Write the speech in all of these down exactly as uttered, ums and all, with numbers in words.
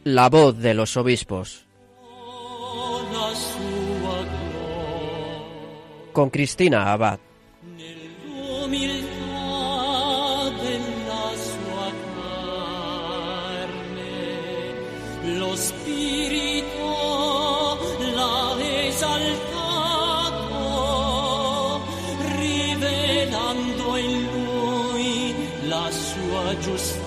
La voz de los obispos. Con Cristina Abad. Lo spirito l'ha esaltato, rivelando in lui la sua giustizia.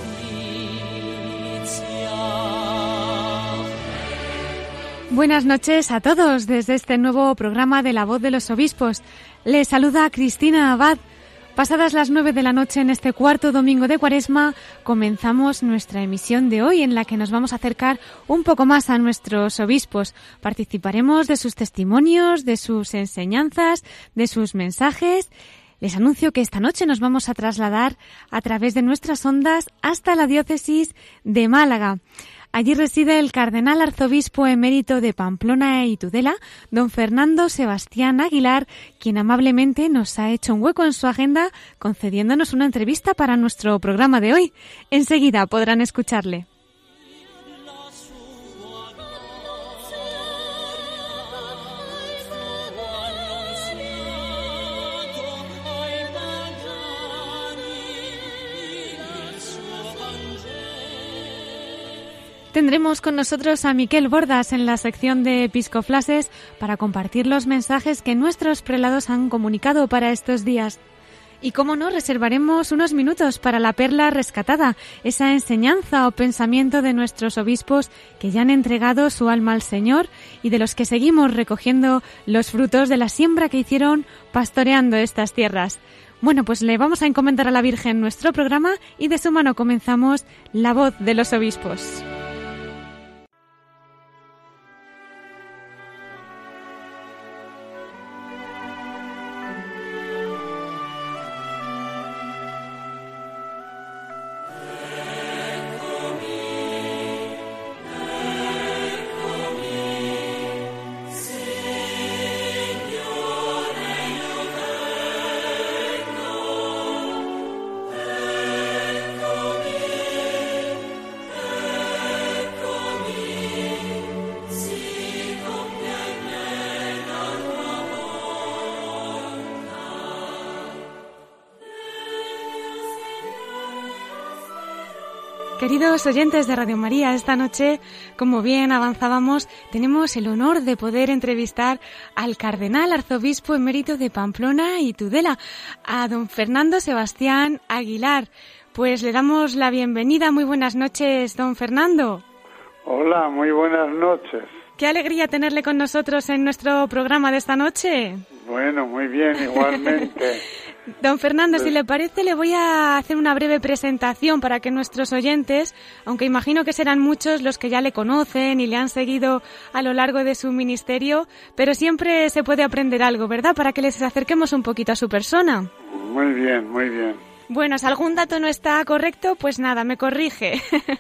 Buenas noches a todos desde este nuevo programa de La Voz de los Obispos. Les saluda Cristina Abad. Pasadas las nueve de la noche en este cuarto domingo de Cuaresma, comenzamos nuestra emisión de hoy en la que nos vamos a acercar un poco más a nuestros obispos. Participaremos de sus testimonios, de sus enseñanzas, de sus mensajes. Les anuncio que esta noche nos vamos a trasladar a través de nuestras ondas hasta la diócesis de Málaga. Allí reside el cardenal arzobispo emérito de Pamplona y Tudela, don Fernando Sebastián Aguilar, quien amablemente nos ha hecho un hueco en su agenda concediéndonos una entrevista para nuestro programa de hoy. Enseguida podrán escucharle. Tendremos con nosotros a Miquel Bordas en la sección de Episcoflases para compartir los mensajes que nuestros prelados han comunicado para estos días. Y cómo no, reservaremos unos minutos para la perla rescatada, esa enseñanza o pensamiento de nuestros obispos que ya han entregado su alma al Señor y de los que seguimos recogiendo los frutos de la siembra que hicieron pastoreando estas tierras. Bueno, pues le vamos a encomendar a la Virgen nuestro programa y de su mano comenzamos La Voz de los Obispos. Queridos oyentes de Radio María, esta noche, como bien avanzábamos, tenemos el honor de poder entrevistar al cardenal arzobispo emérito de Pamplona y Tudela, a don Fernando Sebastián Aguilar. Pues le damos la bienvenida. Muy buenas noches, don Fernando. Hola, muy buenas noches. Qué alegría tenerle con nosotros en nuestro programa de esta noche. Bueno, muy bien, igualmente. Don Fernando, si le parece, le voy a hacer una breve presentación para que nuestros oyentes, aunque imagino que serán muchos los que ya le conocen y le han seguido a lo largo de su ministerio, pero siempre se puede aprender algo, ¿verdad? Para que les acerquemos un poquito a su persona. Muy bien, muy bien. Bueno, si algún dato no está correcto, pues nada, me corrige.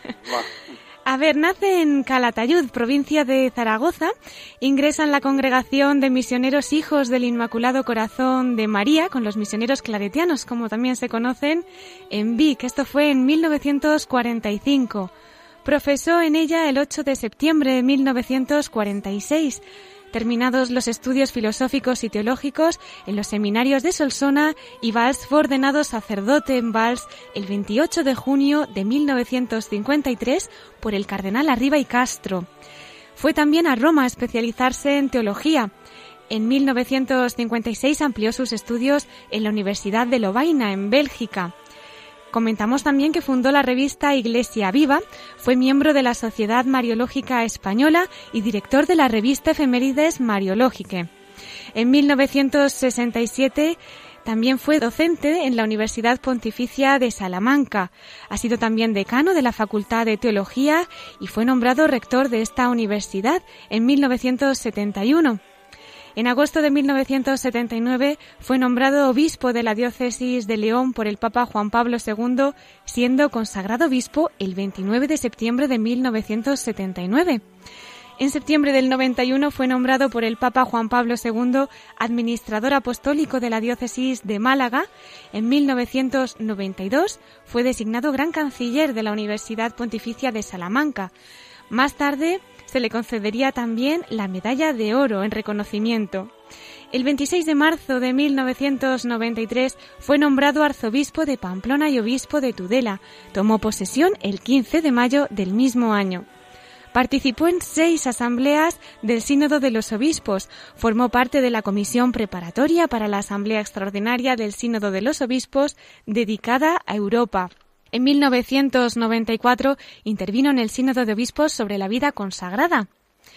A ver, nace en Calatayud, provincia de Zaragoza, ingresa en la Congregación de Misioneros Hijos del Inmaculado Corazón de María, con los misioneros claretianos, como también se conocen, en Vic. Esto fue en mil novecientos cuarenta y cinco. Profesó en ella el ocho de septiembre de mil novecientos cuarenta y seis. Terminados los estudios filosóficos y teológicos en los seminarios de Solsona y Valls, fue ordenado sacerdote en Valls el veintiocho de junio de mil novecientos cincuenta y tres por el cardenal Arriba y Castro. Fue también a Roma a especializarse en teología. En mil novecientos cincuenta y seis amplió sus estudios en la Universidad de Lovaina, en Bélgica. Comentamos también que fundó la revista Iglesia Viva, fue miembro de la Sociedad Mariológica Española y director de la revista Efemérides Mariológique. En mil novecientos sesenta y siete también fue docente en la Universidad Pontificia de Salamanca. Ha sido también decano de la Facultad de Teología y fue nombrado rector de esta universidad en mil novecientos setenta y uno. En agosto de mil novecientos setenta y nueve fue nombrado obispo de la diócesis de León por el Papa Juan Pablo segundo, siendo consagrado obispo el veintinueve de septiembre de mil novecientos setenta y nueve. En septiembre del noventa y uno fue nombrado por el Papa Juan Pablo segundo administrador apostólico de la diócesis de Málaga. En mil novecientos noventa y dos fue designado gran canciller de la Universidad Pontificia de Salamanca. Más tarde se le concedería también la Medalla de Oro en reconocimiento. El veintiséis de marzo de mil novecientos noventa y tres fue nombrado arzobispo de Pamplona y obispo de Tudela. Tomó posesión el quince de mayo del mismo año. Participó en seis asambleas del Sínodo de los Obispos. Formó parte de la comisión preparatoria para la Asamblea Extraordinaria del Sínodo de los Obispos dedicada a Europa. En mil novecientos noventa y cuatro intervino en el Sínodo de Obispos sobre la vida consagrada.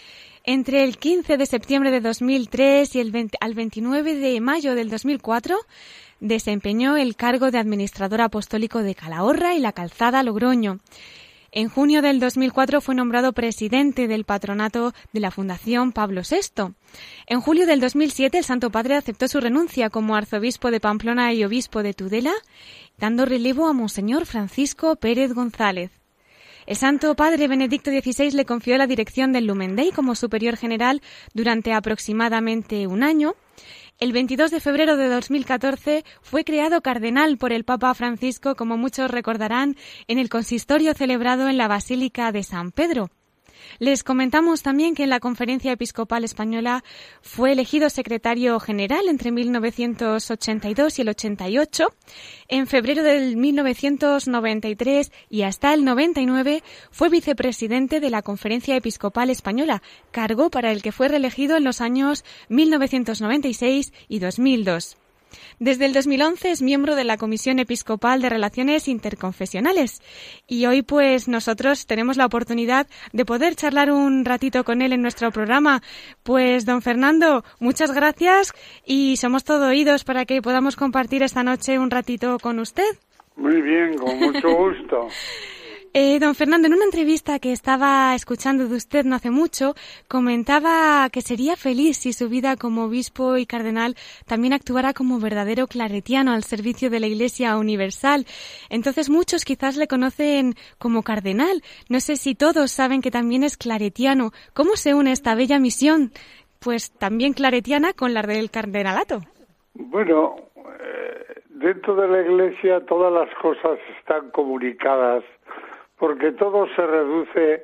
Entre el quince de septiembre de dos mil tres y el veinte, al veintinueve de mayo del dos mil cuatro desempeñó el cargo de administrador apostólico de Calahorra y La Calzada, Logroño. En junio del dos mil cuatro fue nombrado presidente del patronato de la Fundación Pablo sexto. En julio del dos mil siete el Santo Padre aceptó su renuncia como arzobispo de Pamplona y obispo de Tudela, dando relevo a Monseñor Francisco Pérez González. El Santo Padre Benedicto dieciséis le confió la dirección del Lumen Dei como superior general durante aproximadamente un año. El veintidós de febrero de dos mil catorce fue creado cardenal por el Papa Francisco, como muchos recordarán, en el consistorio celebrado en la Basílica de San Pedro. Les comentamos también que en la Conferencia Episcopal Española fue elegido secretario general entre mil novecientos ochenta y dos y el ochenta y ocho. En febrero del mil novecientos noventa y tres y hasta el noventa y nueve fue vicepresidente de la Conferencia Episcopal Española, cargo para el que fue reelegido en los años mil novecientos noventa y seis y dos mil dos. Desde el dos mil once es miembro de la Comisión Episcopal de Relaciones Interconfesionales y hoy pues nosotros tenemos la oportunidad de poder charlar un ratito con él en nuestro programa. Pues don Fernando, muchas gracias y somos todo oídos para que podamos compartir esta noche un ratito con usted. Muy bien, con mucho gusto. Eh, don Fernando, en una entrevista que estaba escuchando de usted no hace mucho, comentaba que sería feliz si su vida como obispo y cardenal también actuara como verdadero claretiano al servicio de la Iglesia Universal. Entonces muchos quizás le conocen como cardenal. No sé si todos saben que también es claretiano. ¿Cómo se une esta bella misión, pues también claretiana, con la del cardenalato? Bueno, eh, dentro de la Iglesia todas las cosas están comunicadas, porque todo se reduce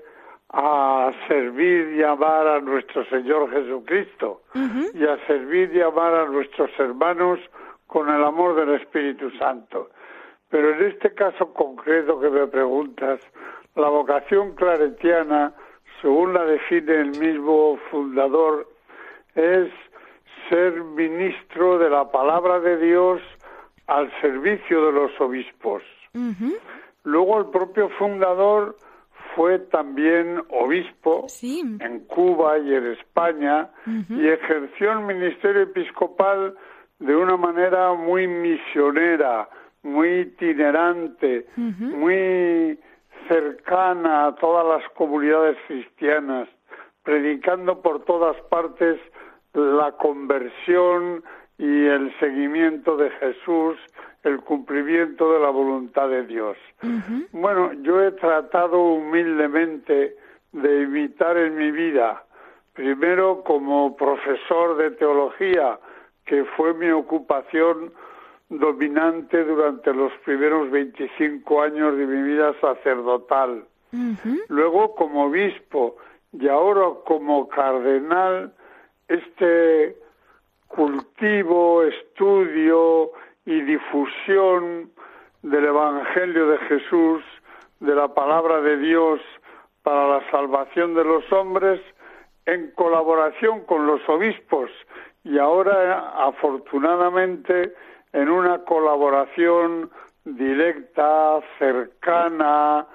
a servir y amar a nuestro Señor Jesucristo, uh-huh. y a servir y amar a nuestros hermanos con el amor del Espíritu Santo. Pero en este caso concreto que me preguntas, la vocación claretiana, según la define el mismo fundador, es ser ministro de la palabra de Dios al servicio de los obispos. Uh-huh. Luego el propio fundador fue también obispo, sí, en Cuba y en España, uh-huh. y ejerció el ministerio episcopal de una manera muy misionera, muy itinerante, uh-huh. muy cercana a todas las comunidades cristianas, predicando por todas partes la conversión y el seguimiento de Jesús, el cumplimiento de la voluntad de Dios. Uh-huh. Bueno, yo he tratado humildemente de imitar en mi vida, primero como profesor de teología, que fue mi ocupación dominante durante los primeros veinticinco años de mi vida sacerdotal. Uh-huh. Luego como obispo y ahora como cardenal, este cultivo, estudio y difusión del Evangelio de Jesús, de la palabra de Dios para la salvación de los hombres, en colaboración con los obispos y ahora, afortunadamente, en una colaboración directa, cercana,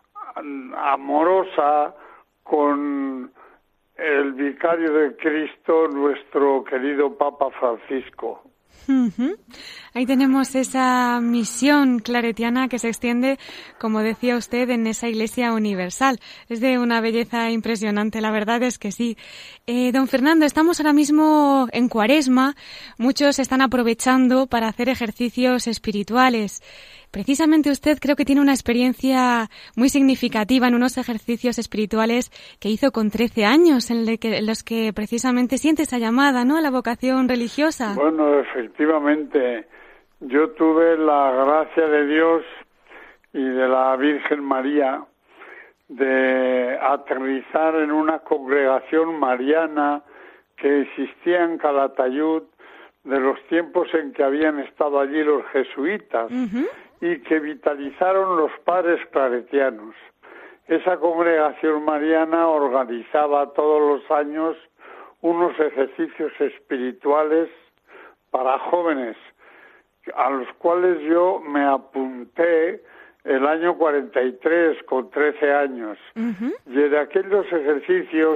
amorosa con el vicario de Cristo, nuestro querido Papa Francisco. Uh-huh. Ahí tenemos esa misión claretiana que se extiende, como decía usted, en esa Iglesia Universal. Es de una belleza impresionante, la verdad es que sí. Eh, don Fernando, estamos ahora mismo en Cuaresma. Muchos están aprovechando para hacer ejercicios espirituales. Precisamente usted creo que tiene una experiencia muy significativa en unos ejercicios espirituales que hizo con trece años, en, le que, en los que precisamente siente esa llamada, ¿no?, a la vocación religiosa. Bueno, efectivamente, yo tuve la gracia de Dios y de la Virgen María de aterrizar en una congregación mariana que existía en Calatayud de los tiempos en que habían estado allí los jesuitas uh-huh. y que vitalizaron los padres claretianos. Esa congregación mariana organizaba todos los años unos ejercicios espirituales para jóvenes, a los cuales yo me apunté el año cuarenta y tres, con trece años. Uh-huh. Y de aquellos ejercicios,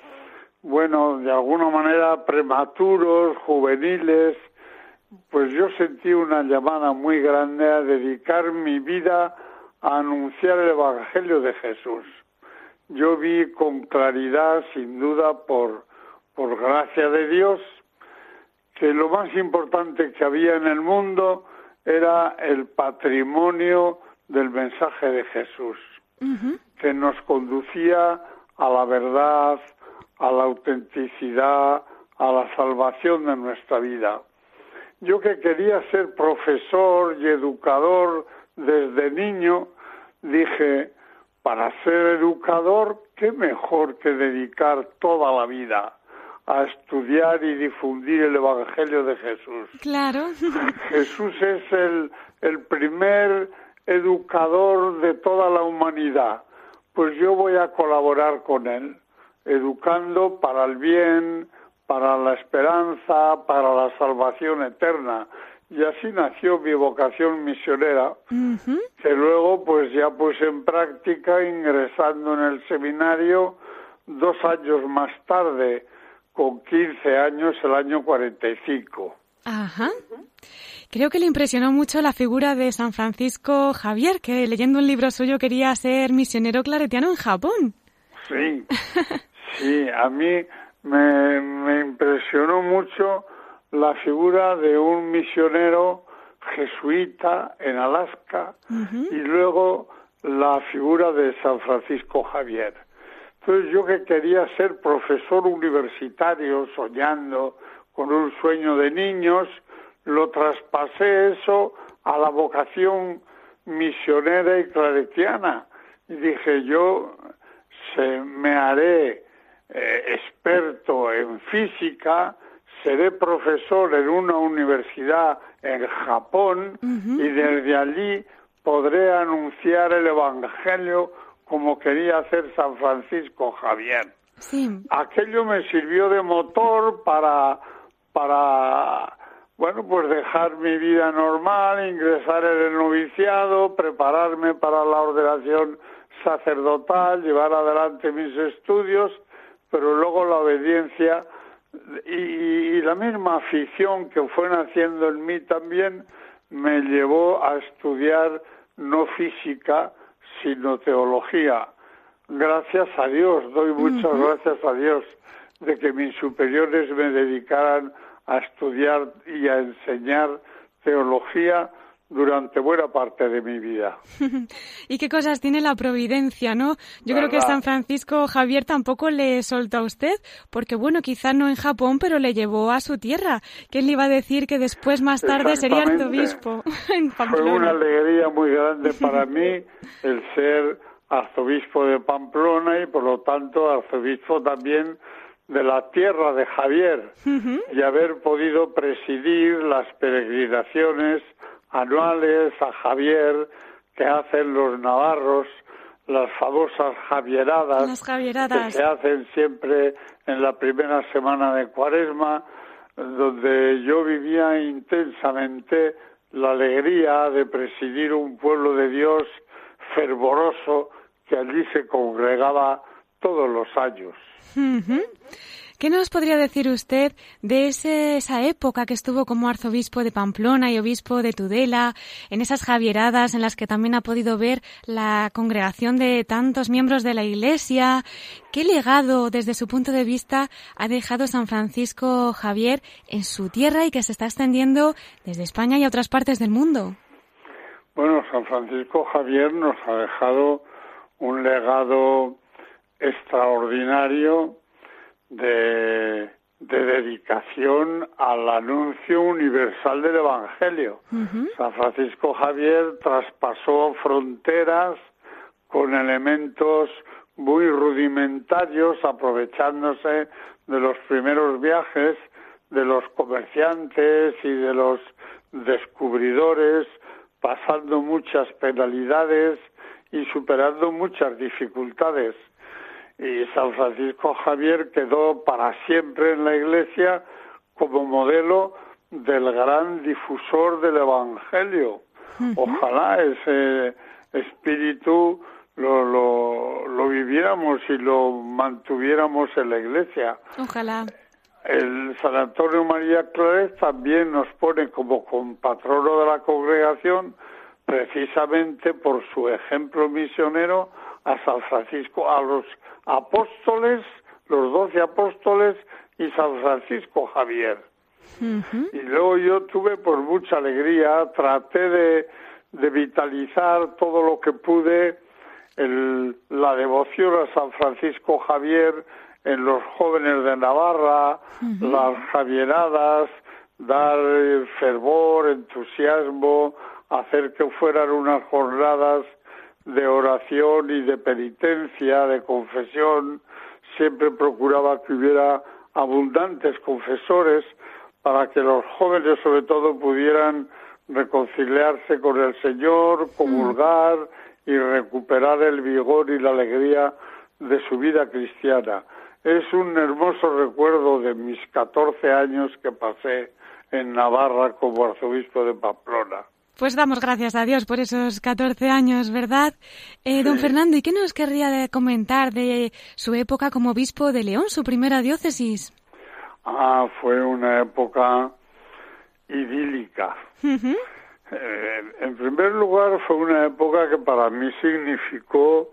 bueno, de alguna manera prematuros, juveniles, pues yo sentí una llamada muy grande a dedicar mi vida a anunciar el Evangelio de Jesús. Yo vi con claridad, sin duda, por, por gracia de Dios, que lo más importante que había en el mundo era el patrimonio del mensaje de Jesús, uh-huh. que nos conducía a la verdad, a la autenticidad, a la salvación de nuestra vida. Yo que quería ser profesor y educador desde niño, dije, para ser educador, qué mejor que dedicar toda la vida a estudiar y difundir el Evangelio de Jesús. Claro. Jesús es el, el primer educador de toda la humanidad. Pues yo voy a colaborar con él, educando para el bien, para la esperanza, para la salvación eterna. Y así nació mi vocación misionera, uh-huh. que luego pues ya puse en práctica ingresando en el seminario dos años más tarde, con quince años, el año cuarenta y cinco. Ajá. Creo que le impresionó mucho la figura de San Francisco Javier, que leyendo un libro suyo quería ser misionero claretiano en Japón. Sí, sí, a mí me, me impresionó mucho la figura de un misionero jesuita en Alaska uh-huh. y luego la figura de San Francisco Javier. Entonces yo que quería ser profesor universitario, soñando con un sueño de niños, lo traspasé eso a la vocación misionera y claretiana. Y dije, yo se, me haré eh, experto en física, seré profesor en una universidad en Japón uh-huh. y desde allí podré anunciar el Evangelio como quería hacer San Francisco Javier. Sí. Aquello me sirvió de motor para, para, bueno, pues dejar mi vida normal, ingresar en el noviciado, prepararme para la ordenación sacerdotal, llevar adelante mis estudios, pero luego la obediencia y, y la misma afición que fue naciendo en mí también me llevó a estudiar no física, sino teología. Gracias a Dios, doy muchas uh-huh. gracias a Dios de que mis superiores me dedicaran a estudiar y a enseñar teología durante buena parte de mi vida. ¿Y qué cosas tiene la providencia, no? Yo ¿verdad? Creo que San Francisco Javier tampoco le soltó a usted, porque bueno, quizá no en Japón, pero le llevó a su tierra. ¿Quién le iba a decir que después, más tarde, sería arzobispo en Pamplona? Fue una alegría muy grande para mí el ser arzobispo de Pamplona y por lo tanto arzobispo también de la tierra de Javier uh-huh. y haber podido presidir las peregrinaciones anuales a Javier que hacen los navarros, las famosas javieradas, las javieradas. que se hacen siempre en la primera semana de Cuaresma, donde yo vivía intensamente la alegría de presidir un pueblo de Dios fervoroso que allí se congregaba todos los años. Uh-huh. ¿Qué nos podría decir usted de ese, esa época que estuvo como arzobispo de Pamplona y obispo de Tudela, en esas javieradas en las que también ha podido ver la congregación de tantos miembros de la Iglesia? ¿Qué legado, desde su punto de vista, ha dejado San Francisco Javier en su tierra y que se está extendiendo desde España y a otras partes del mundo? Bueno, San Francisco Javier nos ha dejado un legado extraordinario de, de dedicación al anuncio universal del Evangelio. Uh-huh. San Francisco Javier traspasó fronteras con elementos muy rudimentarios, aprovechándose de los primeros viajes, de los comerciantes y de los descubridores, pasando muchas penalidades y superando muchas dificultades. Y San Francisco Javier quedó para siempre en la Iglesia como modelo del gran difusor del Evangelio. Uh-huh. Ojalá ese espíritu lo, lo, lo viviéramos y lo mantuviéramos en la Iglesia. Ojalá. El San Antonio María Claret también nos pone como compatrono de la congregación, precisamente por su ejemplo misionero, a San Francisco, a los apóstoles, los doce apóstoles y San Francisco Javier. Uh-huh. Y luego yo tuve por mucha alegría, traté de, de vitalizar todo lo que pude, el, la devoción a San Francisco Javier en los jóvenes de Navarra, uh-huh. las javieradas, dar fervor, entusiasmo, hacer que fueran unas jornadas de oración y de penitencia, de confesión. Siempre procuraba que hubiera abundantes confesores para que los jóvenes sobre todo pudieran reconciliarse con el Señor, comulgar mm. y recuperar el vigor y la alegría de su vida cristiana. Es un hermoso recuerdo de mis catorce años que pasé en Navarra como arzobispo de Pamplona. Pues damos gracias a Dios por esos catorce años, ¿verdad? Eh, sí. Don Fernando, ¿y qué nos querría comentar de su época como obispo de León, su primera diócesis? Ah, fue una época idílica. Uh-huh. Eh, en primer lugar, fue una época que para mí significó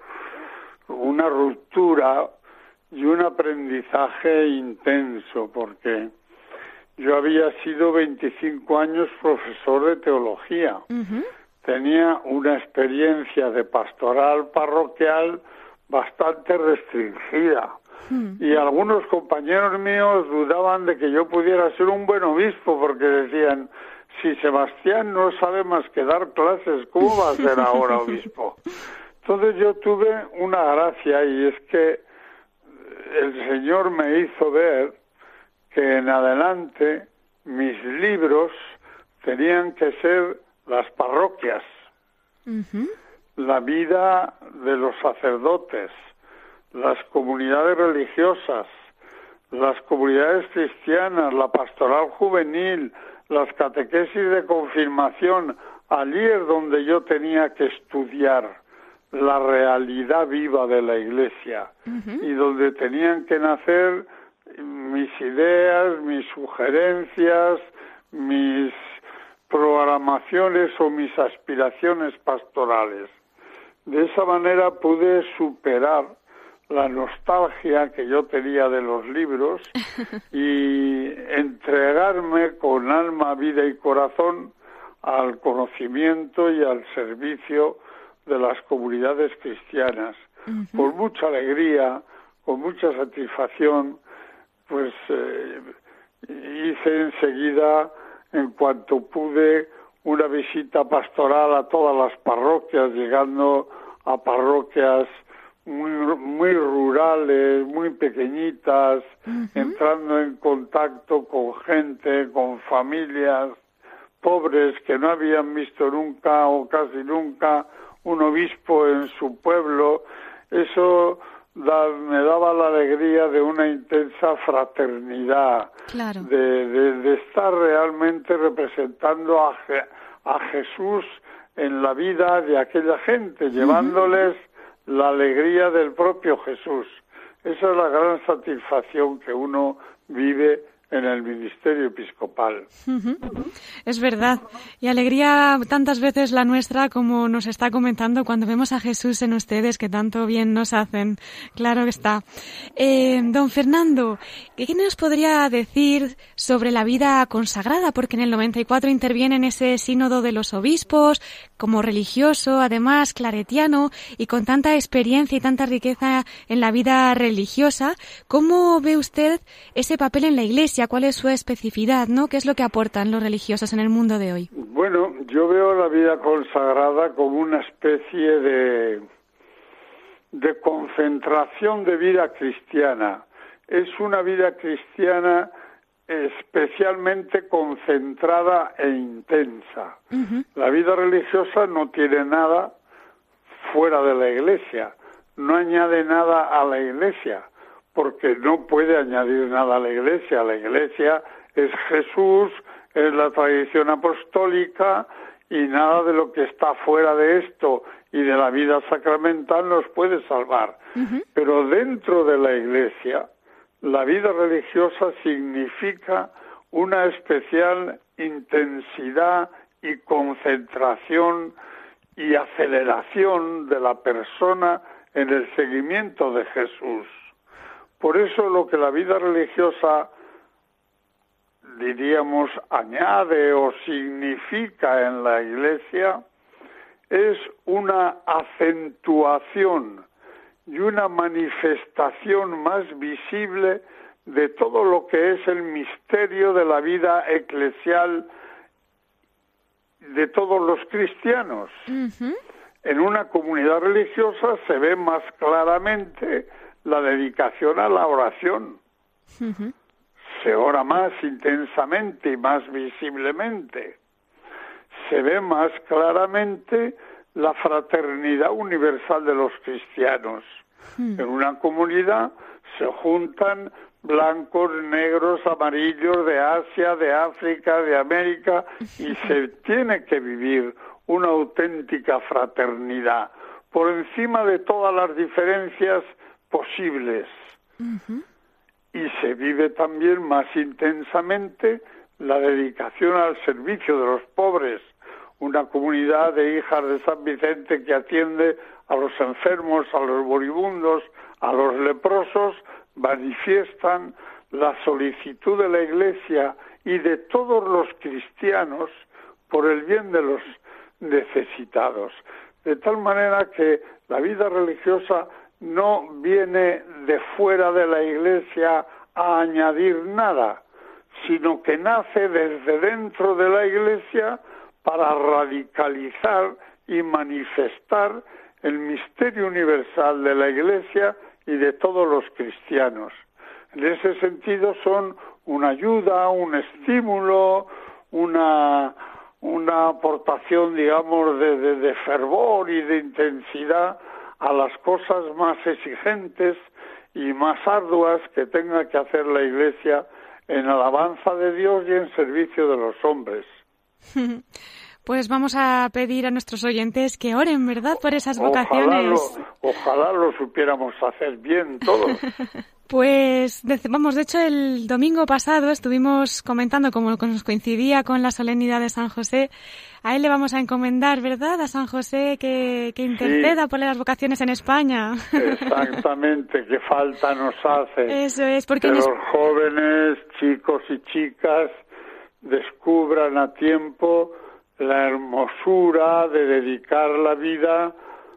una ruptura y un aprendizaje intenso, porque yo había sido veinticinco años profesor de teología. Uh-huh. Tenía una experiencia de pastoral parroquial bastante restringida. Uh-huh. Y algunos compañeros míos dudaban de que yo pudiera ser un buen obispo, porque decían, si Sebastián no sabe más que dar clases, ¿cómo va a ser ahora obispo? Entonces yo tuve una gracia, y es que el Señor me hizo ver que en adelante mis libros tenían que ser las parroquias, uh-huh. la vida de los sacerdotes, las comunidades religiosas, las comunidades cristianas, la pastoral juvenil, las catequesis de confirmación. Allí es donde yo tenía que estudiar la realidad viva de la Iglesia, uh-huh. y donde tenían que nacer mis ideas, mis sugerencias, mis programaciones o mis aspiraciones pastorales. De esa manera pude superar la nostalgia que yo tenía de los libros y entregarme con alma, vida y corazón al conocimiento y al servicio de las comunidades cristianas. Uh-huh. Con mucha alegría, con mucha satisfacción, pues eh, hice enseguida, en cuanto pude, una visita pastoral a todas las parroquias, llegando a parroquias muy, muy rurales, muy pequeñitas, uh-huh. entrando en contacto con gente, con familias pobres que no habían visto nunca o casi nunca un obispo en su pueblo. Eso da, me daba la alegría de una intensa fraternidad, claro. de, de, de estar realmente representando a, a Jesús en la vida de aquella gente, llevándoles uh-huh. la alegría del propio Jesús. Esa es la gran satisfacción que uno vive en el ministerio episcopal. Uh-huh. Es verdad. Y alegría tantas veces la nuestra, como nos está comentando, cuando vemos a Jesús en ustedes, que tanto bien nos hacen. Claro que está. Eh, don Fernando, ¿qué nos podría decir sobre la vida consagrada? Porque en el noventa y cuatro interviene en ese sínodo de los obispos, como religioso, además claretiano, y con tanta experiencia y tanta riqueza en la vida religiosa. ¿Cómo ve usted ese papel en la Iglesia? ¿Cuál es su especificidad, no? ¿Qué es lo que aportan los religiosos en el mundo de hoy? Bueno, yo veo la vida consagrada como una especie de de concentración de vida cristiana. Es una vida cristiana especialmente concentrada e intensa. Uh-huh. La vida religiosa no tiene nada fuera de la Iglesia, no añade nada a la Iglesia, porque no puede añadir nada a la Iglesia. La Iglesia es Jesús, es la tradición apostólica, y nada de lo que está fuera de esto y de la vida sacramental nos puede salvar. Uh-huh. Pero dentro de la Iglesia, la vida religiosa significa una especial intensidad y concentración y aceleración de la persona en el seguimiento de Jesús. Por eso lo que la vida religiosa, diríamos, añade o significa en la Iglesia es una acentuación y una manifestación más visible de todo lo que es el misterio de la vida eclesial de todos los cristianos. Uh-huh. En una comunidad religiosa se ve más claramente la dedicación a la oración. Uh-huh. Se ora más intensamente y más visiblemente. Se ve más claramente la fraternidad universal de los cristianos. Hmm. En una comunidad se juntan blancos, negros, amarillos, de Asia, de África, de América, y se tiene que vivir una auténtica fraternidad por encima de todas las diferencias posibles. Uh-huh. Y se vive también más intensamente la dedicación al servicio de los pobres. Una comunidad de hijas de San Vicente que atiende a los enfermos, a los moribundos, a los leprosos, manifiestan la solicitud de la Iglesia y de todos los cristianos por el bien de los necesitados. De tal manera que la vida religiosa no viene de fuera de la Iglesia a añadir nada, sino que nace desde dentro de la Iglesia para radicalizar y manifestar el misterio universal de la Iglesia y de todos los cristianos. En ese sentido son una ayuda, un estímulo, una, una aportación, digamos, de, de, de fervor y de intensidad a las cosas más exigentes y más arduas que tenga que hacer la Iglesia en alabanza de Dios y en servicio de los hombres. Pues vamos a pedir a nuestros oyentes que oren, ¿verdad?, por esas vocaciones. Ojalá lo, ojalá lo supiéramos hacer bien todos. Pues, vamos, de hecho, el domingo pasado estuvimos comentando, como nos coincidía con la solemnidad de San José, a él le vamos a encomendar, ¿verdad?, a San José que, que interceda sí. por las vocaciones en España. Exactamente, que falta nos hace. Eso es, porque que en... los jóvenes, chicos y chicas, descubran a tiempo la hermosura de dedicar la vida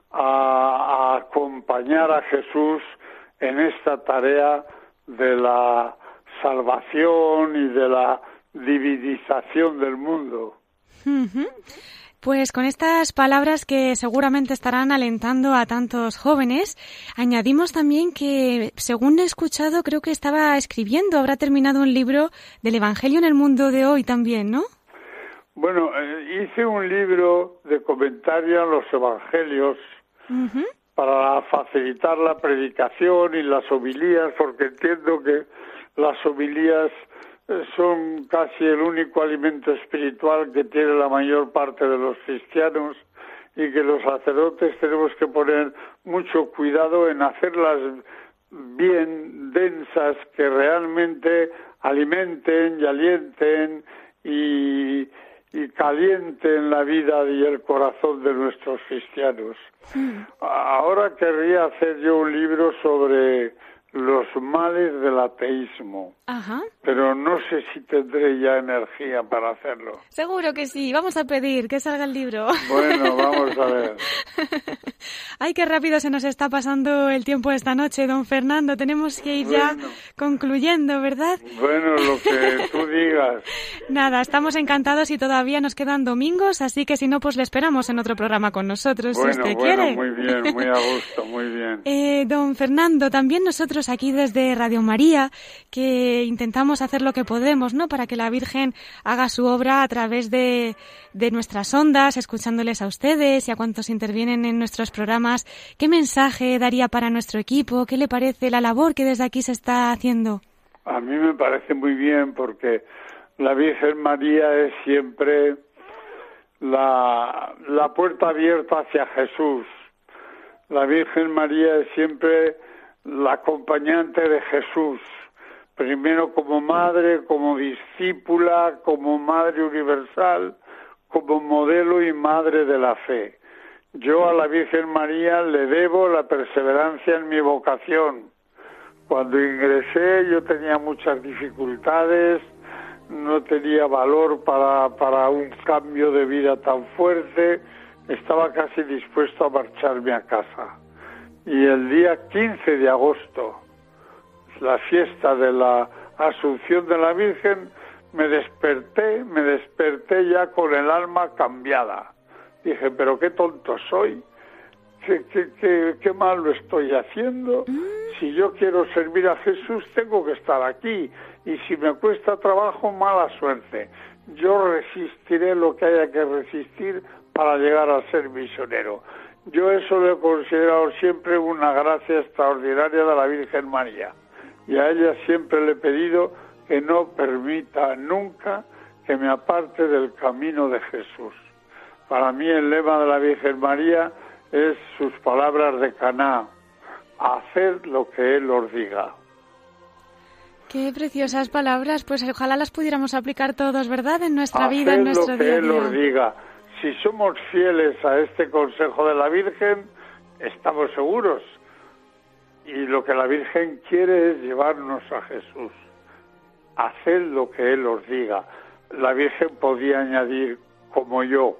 a, a acompañar a Jesús en esta tarea de la salvación y de la dividización del mundo. Uh-huh. Pues con estas palabras que seguramente estarán alentando a tantos jóvenes, añadimos también que, según he escuchado, creo que estaba escribiendo, habrá terminado un libro del Evangelio en el mundo de hoy también, ¿no? Bueno, eh, hice un libro de comentario a los Evangelios uh-huh. para facilitar la predicación y las homilías, porque entiendo que las homilías son casi el único alimento espiritual que tiene la mayor parte de los cristianos y que los sacerdotes tenemos que poner mucho cuidado en hacerlas bien densas, que realmente alimenten y alienten y, y calienten la vida y el corazón de nuestros cristianos. Mm. Ahora querría hacer yo un libro sobre los males del ateísmo. Ajá. Pero no sé si tendré ya energía para hacerlo. Seguro que sí. Vamos a pedir que salga el libro. Bueno, vamos a ver. Ay, qué rápido se nos está pasando el tiempo esta noche, don Fernando. Tenemos que ir Bueno. ya concluyendo, ¿verdad? Bueno, lo que tú digas. Nada, estamos encantados y todavía nos quedan domingos, así que si no, pues le esperamos en otro programa con nosotros, Bueno, si usted bueno, quiere. muy bien, muy a gusto, muy bien. Eh, don Fernando, también nosotros aquí desde Radio María, que intentamos hacer lo que podemos, ¿no?, para que la Virgen haga su obra a través de, de nuestras ondas, escuchándoles a ustedes y a cuantos intervienen en nuestros programas. ¿Qué mensaje daría para nuestro equipo? ¿Qué le parece la labor que desde aquí se está haciendo? A mí me parece muy bien porque la Virgen María es siempre la, la puerta abierta hacia Jesús. La Virgen María es siempre la acompañante de Jesús, primero como madre, como discípula, como madre universal, como modelo y madre de la fe. Yo a la Virgen María le debo la perseverancia en mi vocación. Cuando ingresé yo tenía muchas dificultades, no tenía valor para, para un cambio de vida tan fuerte, estaba casi dispuesto a marcharme a casa. Y el día quince de agosto, la fiesta de la Asunción de la Virgen, me desperté, me desperté ya con el alma cambiada. Dije, pero qué tonto soy, qué, qué, qué, qué mal lo estoy haciendo. Si yo quiero servir a Jesús, tengo que estar aquí. Y si me cuesta trabajo, mala suerte. Yo resistiré lo que haya que resistir para llegar a ser misionero. Yo eso lo he considerado siempre una gracia extraordinaria de la Virgen María. Y a ella siempre le he pedido que no permita nunca que me aparte del camino de Jesús. Para mí el lema de la Virgen María es sus palabras de Caná: haced lo que Él os diga. Qué preciosas palabras, pues ojalá las pudiéramos aplicar todos, ¿verdad?, en nuestra haced vida, en nuestro lo que día a Él os día. diga. Si somos fieles a este consejo de la Virgen, estamos seguros. Y lo que la Virgen quiere es llevarnos a Jesús. Haced lo que Él os diga. La Virgen podía añadir, como yo,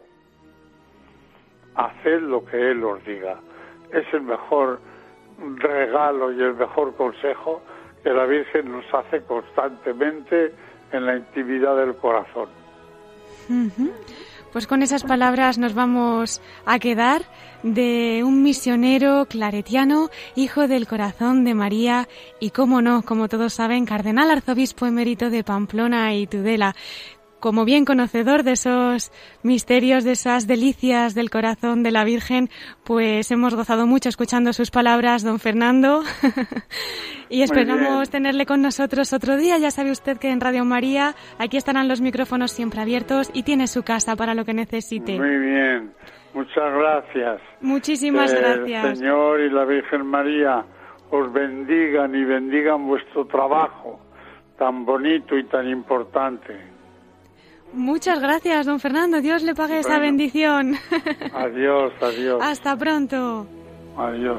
haced lo que Él os diga. Es el mejor regalo y el mejor consejo que la Virgen nos hace constantemente en la intimidad del corazón. Uh-huh. Pues con esas palabras nos vamos a quedar, de un misionero claretiano, hijo del corazón de María y, cómo no, como todos saben, cardenal arzobispo emérito de Pamplona y Tudela. Como bien conocedor de esos misterios, de esas delicias del corazón de la Virgen, pues hemos gozado mucho escuchando sus palabras, don Fernando. Y esperamos tenerle con nosotros otro día. Ya sabe usted que en Radio María aquí estarán los micrófonos siempre abiertos y tiene su casa para lo que necesite. Muy bien, muchas gracias. Muchísimas que gracias. El Señor y la Virgen María os bendigan y bendigan vuestro trabajo tan bonito y tan importante. Muchas gracias, don Fernando. Dios le pague Bueno. esa bendición. Adiós, adiós. Hasta pronto. Adiós.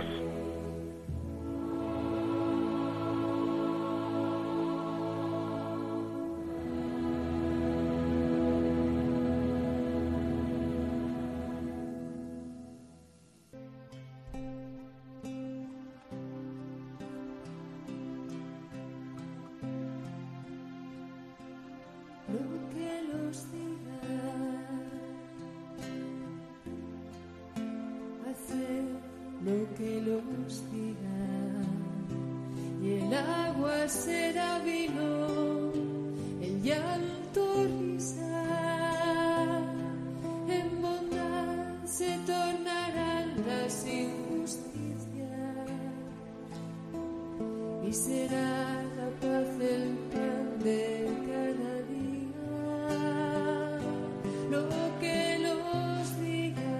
Lo que los diga, hacer lo que los diga, y el agua será vino, el llanto risa, en bondad se tornarán las injusticias, y será la paz el pan de cada día. Lo que los diga,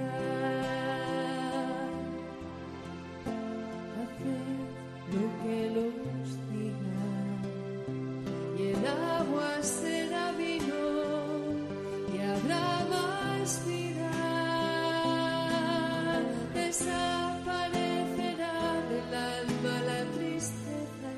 haced lo que los diga, y el agua será vino, y habrá más vida, desaparecerá del alma la tristeza,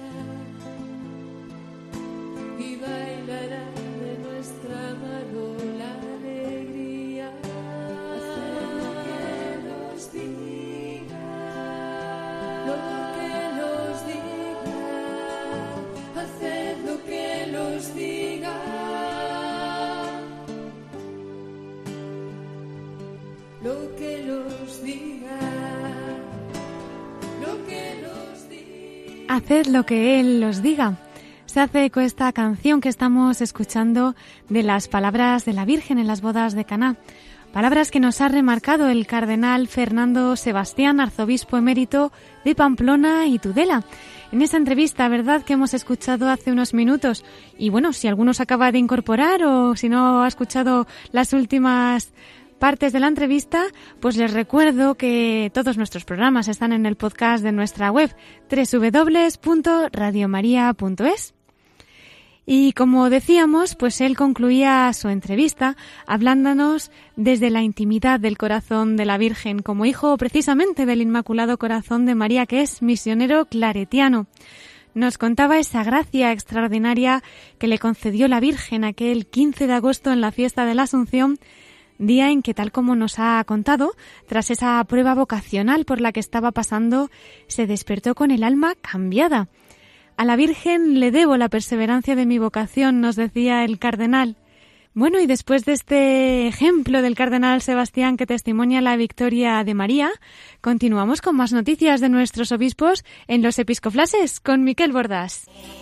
Haced lo que Él os diga. Se hace eco esta canción que estamos escuchando de las palabras de la Virgen en las bodas de Caná. Palabras que nos ha remarcado el cardenal Fernando Sebastián, arzobispo emérito de Pamplona y Tudela. En esa entrevista, ¿verdad?, que hemos escuchado hace unos minutos. Y bueno, si alguno se acaba de incorporar o si no ha escuchado las últimas partes de la entrevista, pues les recuerdo que todos nuestros programas están en el podcast de nuestra web doble u doble u doble u punto radio maría punto es. Y como decíamos, pues él concluía su entrevista hablándonos desde la intimidad del corazón de la Virgen, como hijo precisamente del Inmaculado Corazón de María, que es misionero claretiano. Nos contaba esa gracia extraordinaria que le concedió la Virgen aquel quince de agosto en la fiesta de la Asunción, día en que, tal como nos ha contado, tras esa prueba vocacional por la que estaba pasando, se despertó con el alma cambiada. A la Virgen le debo la perseverancia de mi vocación, nos decía el cardenal. Bueno, y después de este ejemplo del cardenal Sebastián que testimonia la victoria de María, continuamos con más noticias de nuestros obispos en los Episcoflases con Miquel Bordas.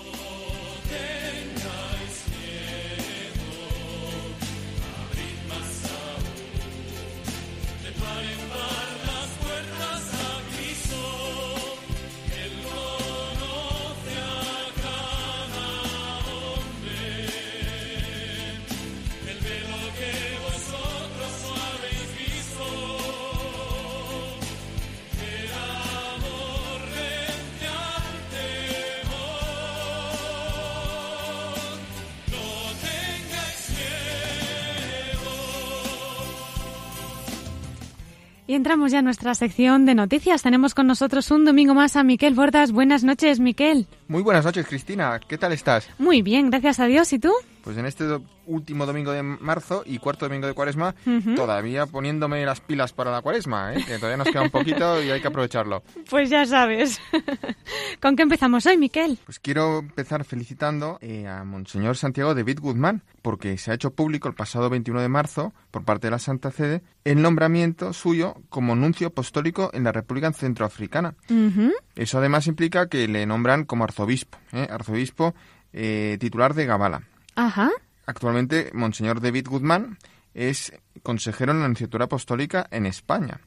Y entramos ya en nuestra sección de noticias. Tenemos con nosotros un domingo más a Miquel Bordas. Buenas noches, Miquel. Muy buenas noches, Cristina. ¿Qué tal estás? Muy bien, gracias a Dios. ¿Y tú? Pues en este do- último domingo de marzo y cuarto domingo de Cuaresma, Uh-huh. todavía poniéndome las pilas para la Cuaresma, ¿eh? Que todavía nos queda un poquito y hay que aprovecharlo. Pues ya sabes. ¿Con qué empezamos hoy, Miquel? Pues quiero empezar felicitando eh, a Monseñor Santiago David Guzmán, porque se ha hecho público el pasado veintiuno de marzo, por parte de la Santa Sede, el nombramiento suyo como nuncio apostólico en la República Centroafricana. Uh-huh. Eso además implica que le nombran como arzobispo, ¿eh? arzobispo eh, titular de Gabala. Ajá. Actualmente, Monseñor David Guzmán es consejero en la Nunciatura Apostólica en España.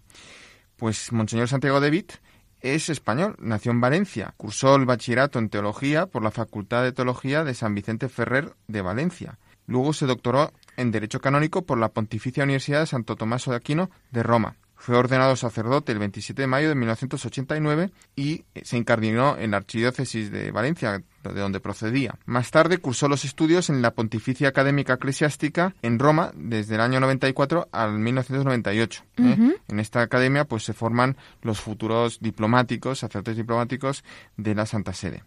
Pues Monseñor Santiago David es español, nació en Valencia, cursó el bachillerato en Teología por la Facultad de Teología de San Vicente Ferrer de Valencia. Luego se doctoró en Derecho Canónico por la Pontificia Universidad de Santo Tommaso de Aquino de Roma. Fue ordenado sacerdote el veintisiete de mayo de mil novecientos ochenta y nueve y se incardinó en la Archidiócesis de Valencia, de donde procedía. Más tarde cursó los estudios en la Pontificia Académica Eclesiástica en Roma desde el año noventa y cuatro al mil novecientos noventa y ocho. ¿eh? Uh-huh. En esta academia pues se forman los futuros diplomáticos, sacerdotes diplomáticos de la Santa Sede.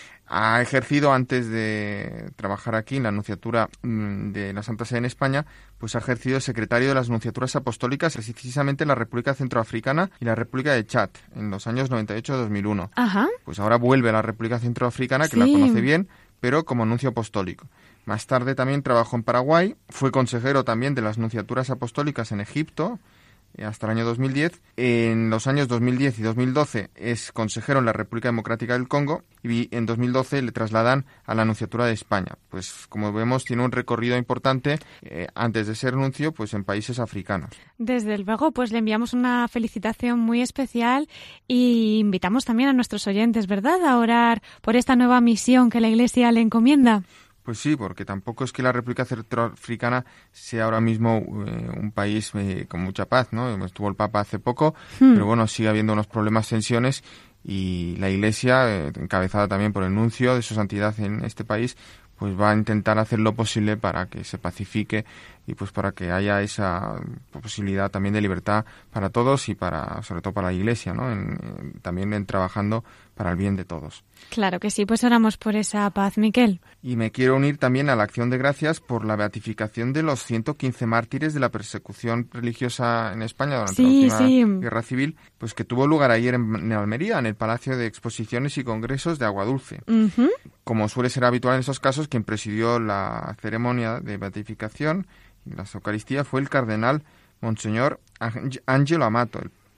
Ha ejercido, antes de trabajar aquí en la Nunciatura de la Santa Sede en España, pues ha ejercido secretario de las Nunciaturas Apostólicas precisamente en la República Centroafricana y la República de Chad en los años noventa y ocho a dos mil uno. Ajá. Pues ahora vuelve a la República Centroafricana, que Sí. la conoce bien, pero como nuncio apostólico. Más tarde también trabajó en Paraguay, fue consejero también de las Nunciaturas Apostólicas en Egipto, hasta el año dos mil diez. En los años dos mil diez y dos mil doce es consejero en la República Democrática del Congo y en dos mil doce le trasladan a la Nunciatura de España. Pues como vemos tiene un recorrido importante eh, antes de ser nuncio pues en países africanos. Desde luego, pues le enviamos una felicitación muy especial y invitamos también a nuestros oyentes, ¿verdad?, a orar por esta nueva misión que la Iglesia le encomienda. Pues sí, porque tampoco es que la República Centroafricana sea ahora mismo eh, un país eh, con mucha paz, ¿no? Estuvo el Papa hace poco, Hmm. pero bueno, sigue habiendo unos problemas, tensiones, y la Iglesia, eh, encabezada también por el nuncio de su santidad en este país, pues va a intentar hacer lo posible para que se pacifique y pues para que haya esa posibilidad también de libertad para todos y para, sobre todo para la Iglesia, ¿no? En, en, también en trabajando para el bien de todos. Claro que sí, pues oramos por esa paz, Miquel. Y me quiero unir también a la acción de gracias por la beatificación de los ciento quince mártires de la persecución religiosa en España durante Sí, la última sí. guerra civil, pues que tuvo lugar ayer en, en Almería, en el Palacio de Exposiciones y Congresos de Aguadulce. Uh-huh. Como suele ser habitual en esos casos, quien presidió la ceremonia de beatificación y la Eucaristía fue el cardenal Monseñor Ángelo Amato, el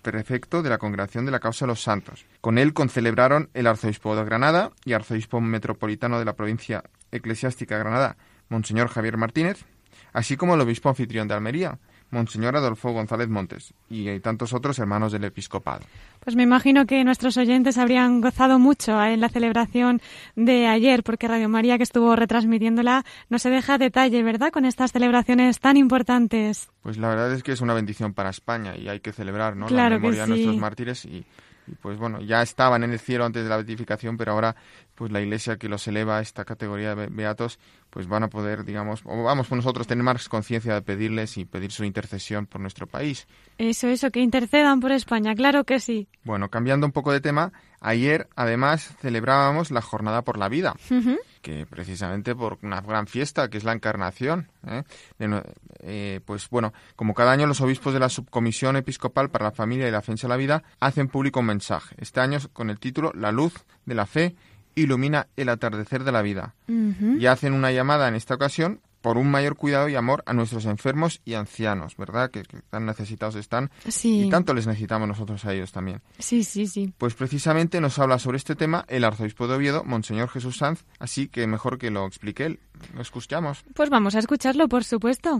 prefecto de la Congregación de la Causa de los Santos. Con él concelebraron el arzobispo de Granada y arzobispo metropolitano de la provincia eclesiástica de Granada, Monseñor Javier Martínez, así como el obispo anfitrión de Almería, Monseñor Adolfo González Montes, y tantos otros hermanos del episcopado. Pues me imagino que nuestros oyentes habrían gozado mucho en la celebración de ayer, porque Radio María, que estuvo retransmitiéndola, no se deja detalle, ¿verdad?, con estas celebraciones tan importantes. Pues la verdad es que es una bendición para España y hay que celebrar, ¿no?, claro la memoria que sí. de nuestros mártires y... Y pues bueno, ya estaban en el cielo antes de la beatificación, pero ahora pues la Iglesia que los eleva a esta categoría de beatos, pues van a poder, digamos, o vamos por nosotros tener más conciencia de pedirles y pedir su intercesión por nuestro país. Eso, eso, que intercedan por España, claro que sí. Bueno, cambiando un poco de tema, ayer además celebrábamos la Jornada por la Vida, uh-huh. que precisamente por una gran fiesta que es la Encarnación. ¿eh? De, eh, pues bueno, como cada año los obispos de la Subcomisión Episcopal para la Familia y la Defensa de la Vida hacen público un mensaje, este año con el título La luz de la fe ilumina el atardecer de la vida. Uh-huh. Y hacen una llamada en esta ocasión por un mayor cuidado y amor a nuestros enfermos y ancianos, ¿verdad? Que, que tan necesitados están sí. y tanto les necesitamos nosotros a ellos también. Sí, sí, sí. Pues precisamente nos habla sobre este tema el arzobispo de Oviedo, Monseñor Jesús Sanz, así que mejor que lo explique él. ¿Lo escuchamos? Pues vamos a escucharlo, por supuesto.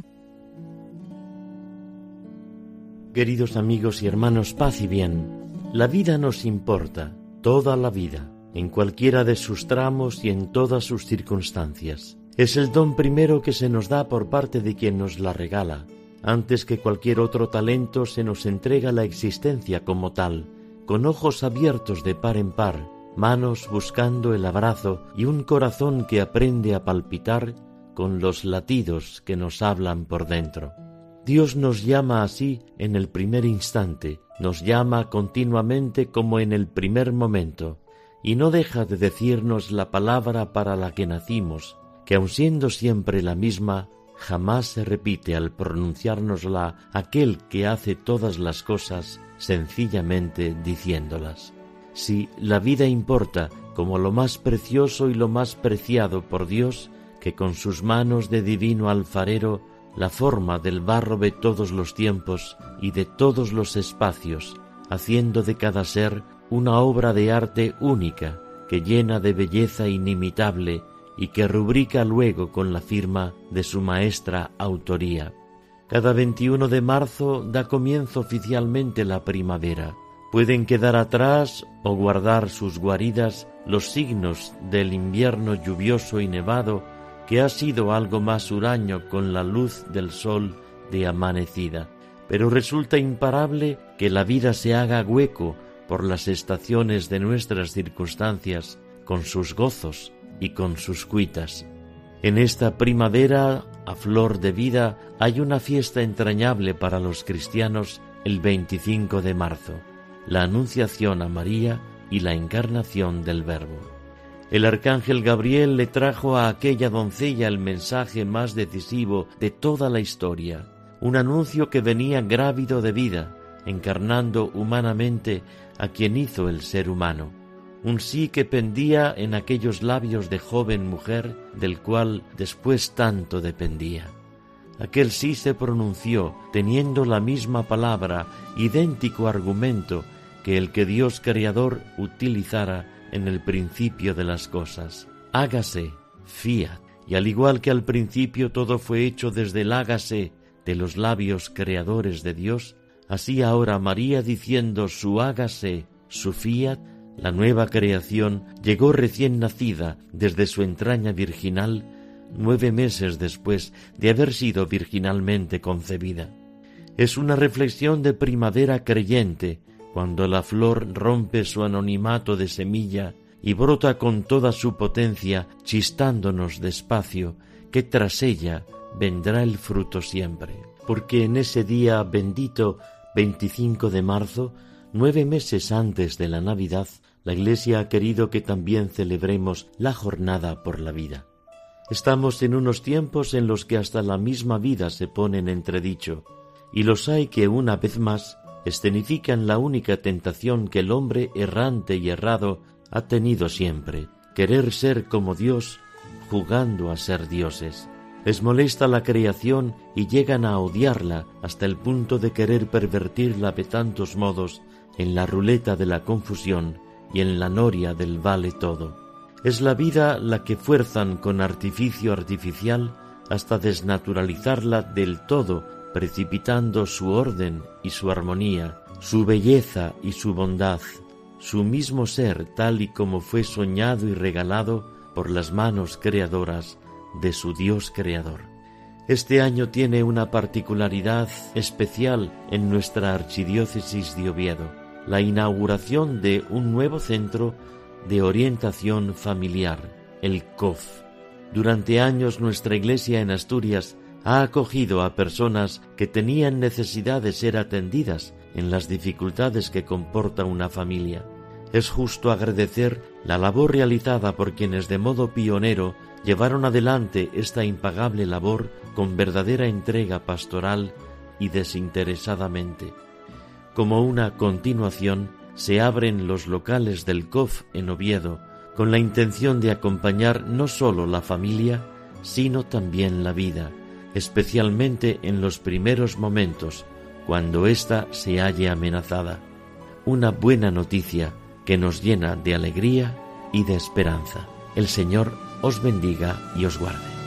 Queridos amigos y hermanos, paz y bien. La vida nos importa, toda la vida, en cualquiera de sus tramos y en todas sus circunstancias. Es el don primero que se nos da por parte de quien nos la regala. Antes que cualquier otro talento se nos entrega la existencia como tal, con ojos abiertos de par en par, manos buscando el abrazo y un corazón que aprende a palpitar con los latidos que nos hablan por dentro. Dios nos llama así en el primer instante, nos llama continuamente como en el primer momento, y no deja de decirnos la palabra para la que nacimos, que aun siendo siempre la misma, jamás se repite al pronunciárnosla aquel que hace todas las cosas sencillamente diciéndolas. Si la vida importa como lo más precioso y lo más preciado por Dios, que con sus manos de divino alfarero la forma del barro de todos los tiempos y de todos los espacios, haciendo de cada ser una obra de arte única, que llena de belleza inimitable y que rubrica luego con la firma de su maestra autoría. Cada veintiuno de marzo da comienzo oficialmente la primavera. Pueden quedar atrás o guardar sus guaridas los signos del invierno lluvioso y nevado, que ha sido algo más huraño con la luz del sol de amanecida. Pero resulta imparable que la vida se haga hueco por las estaciones de nuestras circunstancias, con sus gozos y con sus cuitas. En esta primavera, a flor de vida, hay una fiesta entrañable para los cristianos el veinticinco de marzo, la Anunciación a María y la Encarnación del Verbo. El arcángel Gabriel le trajo a aquella doncella el mensaje más decisivo de toda la historia, un anuncio que venía grávido de vida, encarnando humanamente a quien hizo el ser humano. Un sí que pendía en aquellos labios de joven mujer del cual después tanto dependía. Aquel sí se pronunció teniendo la misma palabra, idéntico argumento que el que Dios Creador utilizara en el principio de las cosas. Hágase, fiat. Y al igual que al principio todo fue hecho desde el hágase de los labios creadores de Dios, así ahora María diciendo su hágase, su fiat, la nueva creación llegó recién nacida desde su entraña virginal, nueve meses después de haber sido virginalmente concebida. Es una reflexión de primavera creyente, cuando la flor rompe su anonimato de semilla y brota con toda su potencia, chistándonos despacio, que tras ella vendrá el fruto siempre. Porque en ese día bendito, veinticinco de marzo, nueve meses antes de la Navidad, la Iglesia ha querido que también celebremos la jornada por la vida. Estamos en unos tiempos en los que hasta la misma vida se pone en entredicho, y los hay que una vez más escenifican la única tentación que el hombre errante y errado ha tenido siempre, querer ser como Dios, jugando a ser dioses. Les molesta la creación y llegan a odiarla hasta el punto de querer pervertirla de tantos modos en la ruleta de la confusión y en la noria del vale todo. Es la vida la que fuerzan con artificio artificial hasta desnaturalizarla del todo, precipitando su orden y su armonía, su belleza y su bondad, su mismo ser tal y como fue soñado y regalado por las manos creadoras de su Dios creador. Este año tiene una particularidad especial en nuestra archidiócesis de Oviedo, la inauguración de un nuevo centro de orientación familiar, el C O F. Durante años nuestra Iglesia en Asturias ha acogido a personas que tenían necesidad de ser atendidas en las dificultades que comporta una familia. Es justo agradecer la labor realizada por quienes de modo pionero llevaron adelante esta impagable labor con verdadera entrega pastoral y desinteresadamente. Como una continuación, se abren los locales del C O F en Oviedo con la intención de acompañar no solo la familia, sino también la vida, especialmente en los primeros momentos, cuando ésta se halle amenazada. Una buena noticia que nos llena de alegría y de esperanza. El Señor os bendiga y os guarde.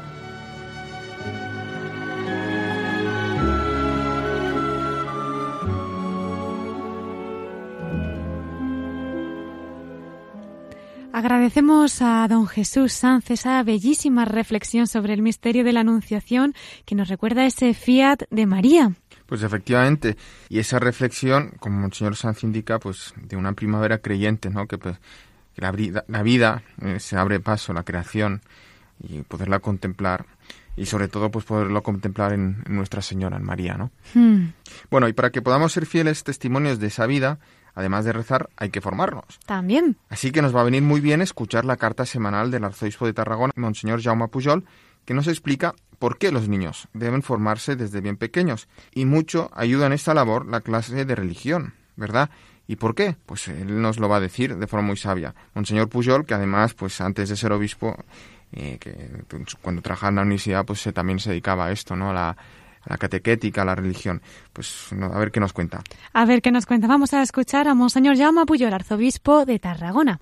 Agradecemos a don Jesús Sanz esa bellísima reflexión sobre el misterio de la Anunciación que nos recuerda ese fiat de María. Pues efectivamente, y esa reflexión, como el señor Sanz indica, pues de una primavera creyente, ¿no? Que, pues, que la, la vida eh, se abre paso, la creación, y poderla contemplar, y sobre todo pues poderlo contemplar en, en Nuestra Señora, en María, ¿no? Hmm. Bueno, y para que podamos ser fieles testimonios de esa vida, además de rezar, hay que formarnos. También. Así que nos va a venir muy bien escuchar la carta semanal del arzobispo de Tarragona, Monseñor Jaume Pujol, que nos explica por qué los niños deben formarse desde bien pequeños. Y mucho ayuda en esta labor la clase de religión, ¿verdad? ¿Y por qué? Pues él nos lo va a decir de forma muy sabia. Monseñor Pujol, que además, pues antes de ser obispo, eh, que cuando trabajaba en la universidad, pues se, también se dedicaba a esto, ¿no? A la, a la catequética, a la religión. Pues no, a ver qué nos cuenta. A ver qué nos cuenta. Vamos a escuchar a Monseñor Jaume Pujol, arzobispo de Tarragona.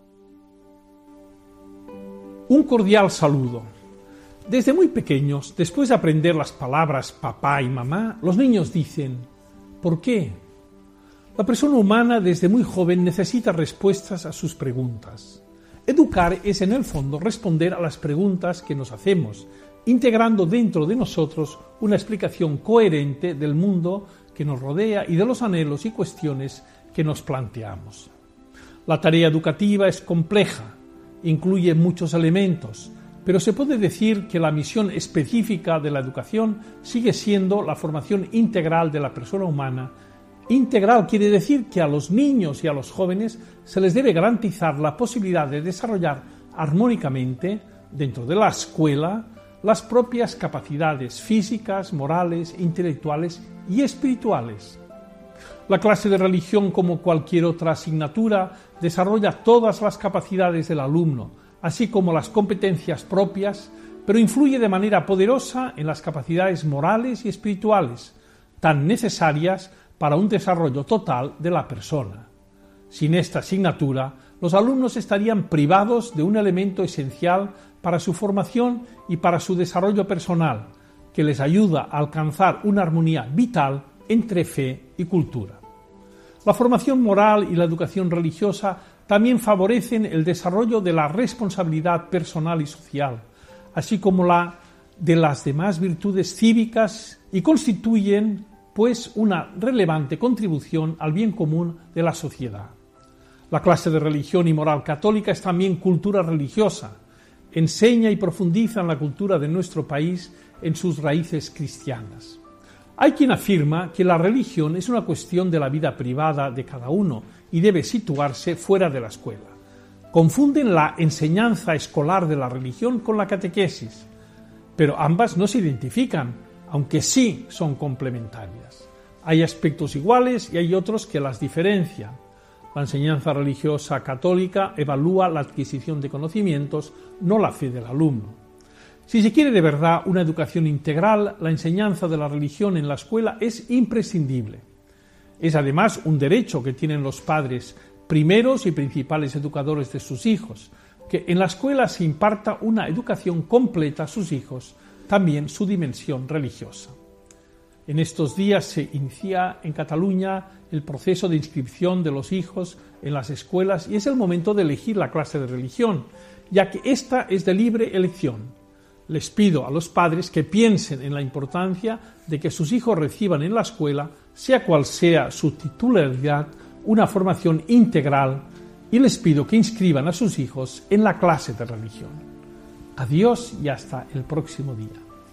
Un cordial saludo. Desde muy pequeños, después de aprender las palabras papá y mamá, los niños dicen ¿por qué? La persona humana desde muy joven necesita respuestas a sus preguntas. Educar es en el fondo responder a las preguntas que nos hacemos, integrando dentro de nosotros una explicación coherente del mundo que nos rodea y de los anhelos y cuestiones que nos planteamos. La tarea educativa es compleja, incluye muchos elementos, pero se puede decir que la misión específica de la educación sigue siendo la formación integral de la persona humana. Integral quiere decir que a los niños y a los jóvenes se les debe garantizar la posibilidad de desarrollar armónicamente, dentro de la escuela, las propias capacidades físicas, morales, intelectuales y espirituales. La clase de religión, como cualquier otra asignatura, desarrolla todas las capacidades del alumno, así como las competencias propias, pero influye de manera poderosa en las capacidades morales y espirituales, tan necesarias para un desarrollo total de la persona. Sin esta asignatura, los alumnos estarían privados de un elemento esencial para su formación y para su desarrollo personal, que les ayuda a alcanzar una armonía vital entre fe y cultura. La formación moral y la educación religiosa también favorecen el desarrollo de la responsabilidad personal y social, así como la de las demás virtudes cívicas y constituyen, pues, una relevante contribución al bien común de la sociedad. La clase de religión y moral católica es también cultura religiosa, enseña y profundiza en la cultura de nuestro país en sus raíces cristianas. Hay quien afirma que la religión es una cuestión de la vida privada de cada uno y debe situarse fuera de la escuela. Confunden la enseñanza escolar de la religión con la catequesis, pero ambas no se identifican, aunque sí son complementarias. Hay aspectos iguales y hay otros que las diferencian. La enseñanza religiosa católica evalúa la adquisición de conocimientos, no la fe del alumno. Si se quiere de verdad una educación integral, la enseñanza de la religión en la escuela es imprescindible. Es además un derecho que tienen los padres, primeros y principales educadores de sus hijos, que en la escuela se imparta una educación completa a sus hijos, también su dimensión religiosa. En estos días se inicia en Cataluña el proceso de inscripción de los hijos en las escuelas y es el momento de elegir la clase de religión, ya que esta es de libre elección. Les pido a los padres que piensen en la importancia de que sus hijos reciban en la escuela, sea cual sea su titularidad, una formación integral y les pido que inscriban a sus hijos en la clase de religión. Adiós y hasta el próximo día.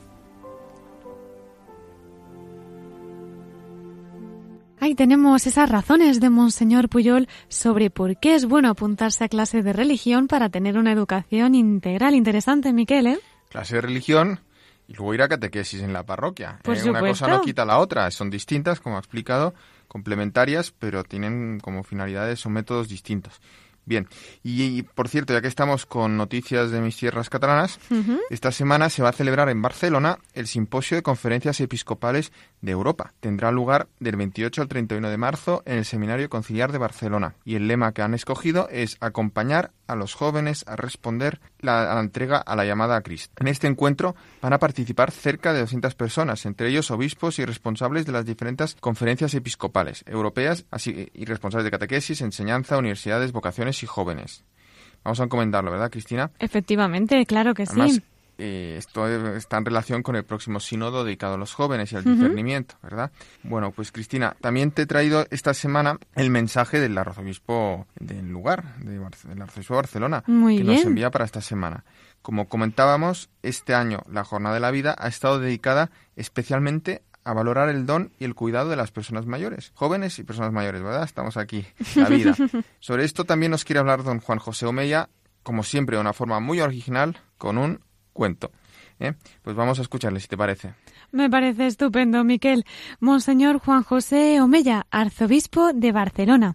Ahí tenemos esas razones de Monseñor Pujol sobre por qué es bueno apuntarse a clase de religión para tener una educación integral. Interesante, Miquel, ¿eh? Clase de religión y luego ir a catequesis en la parroquia. Por eh, supuesto. Una cosa no quita la otra, son distintas, como ha explicado, complementarias, pero tienen como finalidades o métodos distintos. Bien, y, y por cierto, ya que estamos con noticias de mis tierras catalanas, uh-huh. esta semana se va a celebrar en Barcelona el Simposio de Conferencias Episcopales de Europa. Tendrá lugar del veintiocho al treinta y uno de marzo en el Seminario Conciliar de Barcelona. Y el lema que han escogido es acompañar a los jóvenes a responder la, a la entrega a la llamada a Cristo. En este encuentro van a participar cerca de doscientas personas, entre ellos obispos y responsables de las diferentes conferencias episcopales europeas, así y responsables de catequesis, enseñanza, universidades, vocaciones y jóvenes. Vamos a encomendarlo, ¿verdad, Cristina? Efectivamente, claro que Además, sí. Eh, esto está en relación con el próximo sínodo dedicado a los jóvenes y al uh-huh. discernimiento, ¿verdad? Bueno, pues Cristina, también te he traído esta semana el mensaje del arzobispo del lugar, de Barce- del arzobispo de Barcelona, Muy que bien. nos envía para esta semana. Como comentábamos, este año la Jornada de la Vida ha estado dedicada especialmente a valorar el don y el cuidado de las personas mayores, jóvenes y personas mayores, ¿verdad? Estamos aquí, la vida. Sobre esto también nos quiere hablar don Juan José Omeya, como siempre, de una forma muy original, con un cuento. ¿Eh? Pues vamos a escucharle, si te parece. Me parece estupendo, Miquel. Monseñor Juan José Omeya, arzobispo de Barcelona.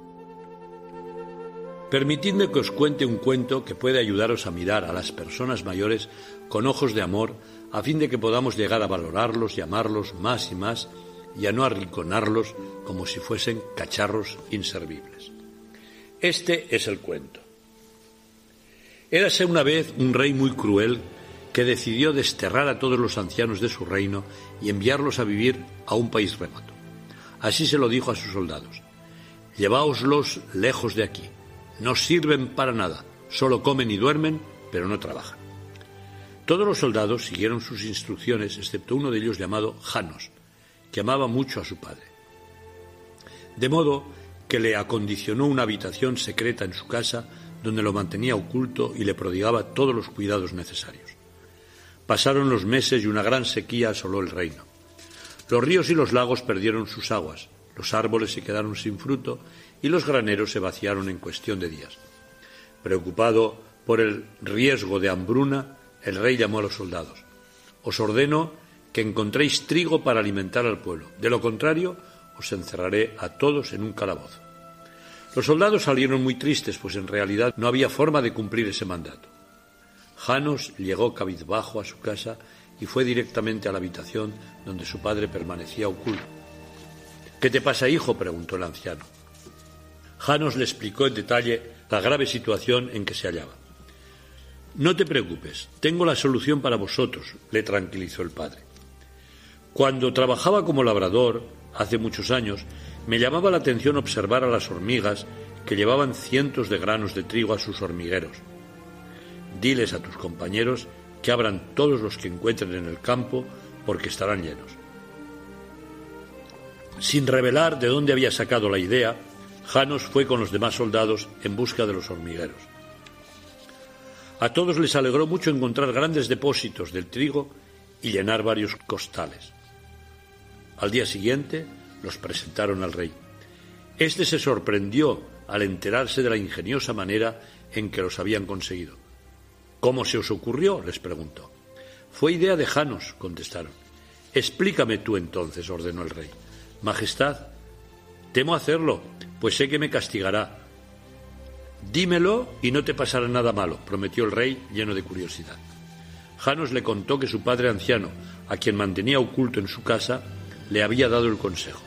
Permitidme que os cuente un cuento que puede ayudaros a mirar a las personas mayores con ojos de amor, a fin de que podamos llegar a valorarlos y amarlos más y más y a no arrinconarlos como si fuesen cacharros inservibles. Este es el cuento. Érase una vez un rey muy cruel que decidió desterrar a todos los ancianos de su reino y enviarlos a vivir a un país remoto. Así se lo dijo a sus soldados: lleváoslos lejos de aquí, no sirven para nada, solo comen y duermen, pero no trabajan. Todos los soldados siguieron sus instrucciones, excepto uno de ellos llamado Janos, que amaba mucho a su padre. De modo que le acondicionó una habitación secreta en su casa, donde lo mantenía oculto y le prodigaba todos los cuidados necesarios. Pasaron los meses y una gran sequía asoló el reino. Los ríos y los lagos perdieron sus aguas, los árboles se quedaron sin fruto y los graneros se vaciaron en cuestión de días. Preocupado por el riesgo de hambruna, el rey llamó a los soldados: os ordeno que encontréis trigo para alimentar al pueblo, de lo contrario os encerraré a todos en un calabozo. Los soldados salieron muy tristes, pues en realidad no había forma de cumplir ese mandato. Janos llegó cabizbajo a su casa y fue directamente a la habitación donde su padre permanecía oculto. ¿Qué te pasa, hijo?, preguntó el anciano. Janos le explicó en detalle la grave situación en que se hallaba. No te preocupes, tengo la solución para vosotros, le tranquilizó el padre. Cuando trabajaba como labrador, hace muchos años, me llamaba la atención observar a las hormigas que llevaban cientos de granos de trigo a sus hormigueros. Diles a tus compañeros que abran todos los que encuentren en el campo, porque estarán llenos. Sin revelar de dónde había sacado la idea, Janos fue con los demás soldados en busca de los hormigueros. A todos les alegró mucho encontrar grandes depósitos del trigo y llenar varios costales. Al día siguiente los presentaron al rey. Este se sorprendió al enterarse de la ingeniosa manera en que los habían conseguido. ¿Cómo se os ocurrió?, les preguntó. Fue idea de Janos, contestaron. Explícame tú entonces, ordenó el rey. Majestad, temo hacerlo, pues sé que me castigará. Dímelo y no te pasará nada malo, prometió el rey lleno de curiosidad. Janos le contó que su padre anciano, a quien mantenía oculto en su casa, le había dado el consejo.